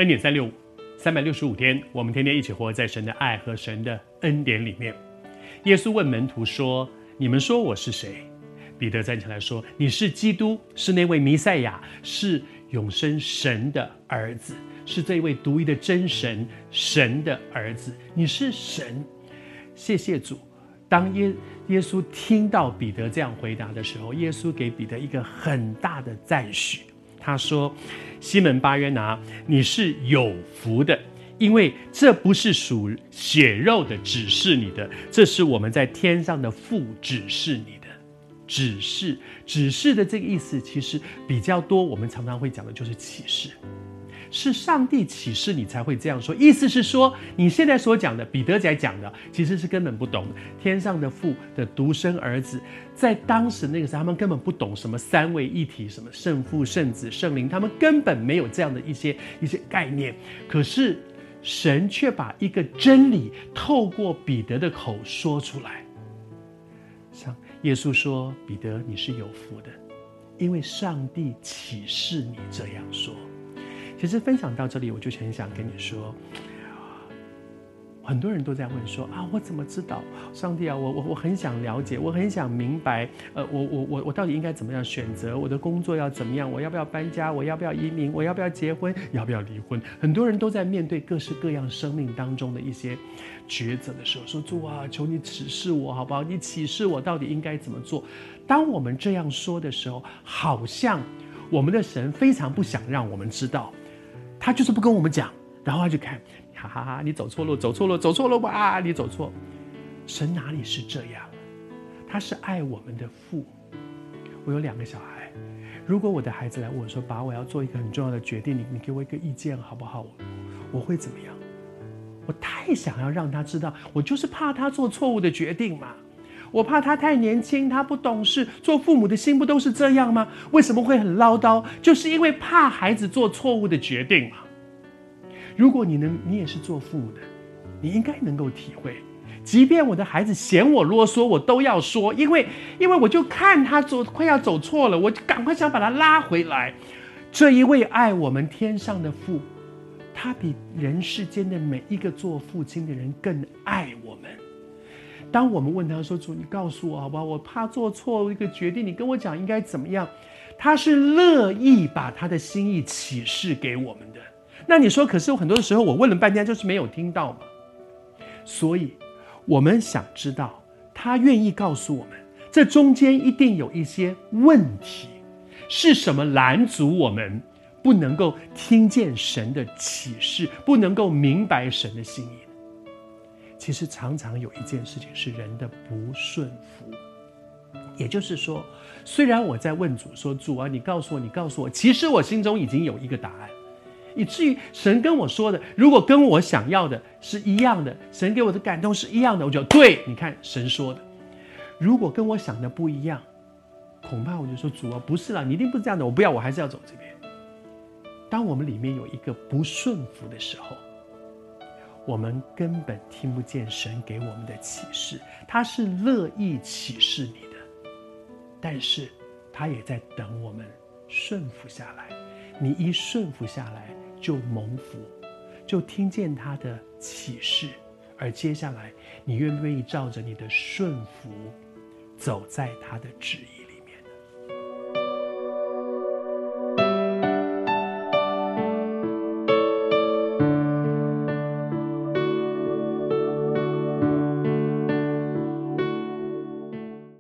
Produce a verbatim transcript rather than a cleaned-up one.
恩典三六五，三百六十五天，我们天天一起活在神的爱和神的恩典里面。耶稣问门徒说：“你们说我是谁？”彼得站起来说：“你是基督，是那位弥赛亚，是永生神的儿子，是这位独一的真神，神的儿子。你是神。”谢谢主。当耶耶稣听到彼得这样回答的时候，耶稣给彼得一个很大的赞许。他说：“西门巴约拿，你是有福的，因为这不是属血肉的指示你的，这是我们在天上的父指示你的。”指示指示的这个意思其实比较多，我们常常会讲的就是启示，是上帝启示你才会这样说。意思是说，你现在所讲的，彼得在讲的，其实是根本不懂的。天上的父的独生儿子，在当时那个时候，他们根本不懂什么三位一体，什么圣父、圣子、圣灵，他们根本没有这样的一些一些概念。可是神却把一个真理透过彼得的口说出来。像耶稣说：“彼得，你是有福的，因为上帝启示你这样说。”其实分享到这里，我就很想跟你说，很多人都在问说啊，我怎么知道上帝啊？我我我很想了解，我很想明白，呃，我我我我到底应该怎么样选择？我的工作要怎么样？我要不要搬家？我要不要移民？我要不要结婚？要不要离婚？很多人都在面对各式各样生命当中的一些抉择的时候，说主啊，求你指示我好不好？你启示我到底应该怎么做？当我们这样说的时候，好像我们的神非常不想让我们知道。他就是不跟我们讲，然后他就看，哈哈哈，你走错路，走错路，走错路吧，啊，你走错。神哪里是这样？他是爱我们的父。我有两个小孩，如果我的孩子来问我说：“爸，我要做一个很重要的决定，你你给我一个意见好不好？”我会怎么样？我太想要让他知道，我就是怕他做错误的决定嘛。我怕他太年轻，他不懂事。做父母的心不都是这样吗？为什么会很唠叨？就是因为怕孩子做错误的决定嘛。如果你能，你也是做父母的，你应该能够体会，即便我的孩子嫌我啰嗦，我都要说，因为因为我就看他走快要走错了，我就赶快想把他拉回来。这一位爱我们天上的父，他比人世间的每一个做父亲的人更爱我们。当我们问他说：“主，你告诉我好不好？我怕做错一个决定，你跟我讲应该怎么样。”他是乐意把他的心意启示给我们的。那你说，可是很多的时候我问了半天就是没有听到嘛。所以我们想知道，他愿意告诉我们，这中间一定有一些问题，是什么拦阻我们不能够听见神的启示，不能够明白神的心意？其实常常有一件事情是人的不顺服，也就是说，虽然我在问主说：“主啊，你告诉我，你告诉我。”其实我心中已经有一个答案，以至于神跟我说的，如果跟我想要的是一样的，神给我的感动是一样的，我就对，你看神说的。如果跟我想的不一样，恐怕我就说：“主啊，不是啦，你一定不是这样的，我不要，我还是要走这边。”当我们里面有一个不顺服的时候，我们根本听不见神给我们的启示。他是乐意启示你的，但是他也在等我们顺服下来。你一顺服下来，就蒙福，就听见他的启示。而接下来，你愿不愿意照着你的顺服，走在他的旨意？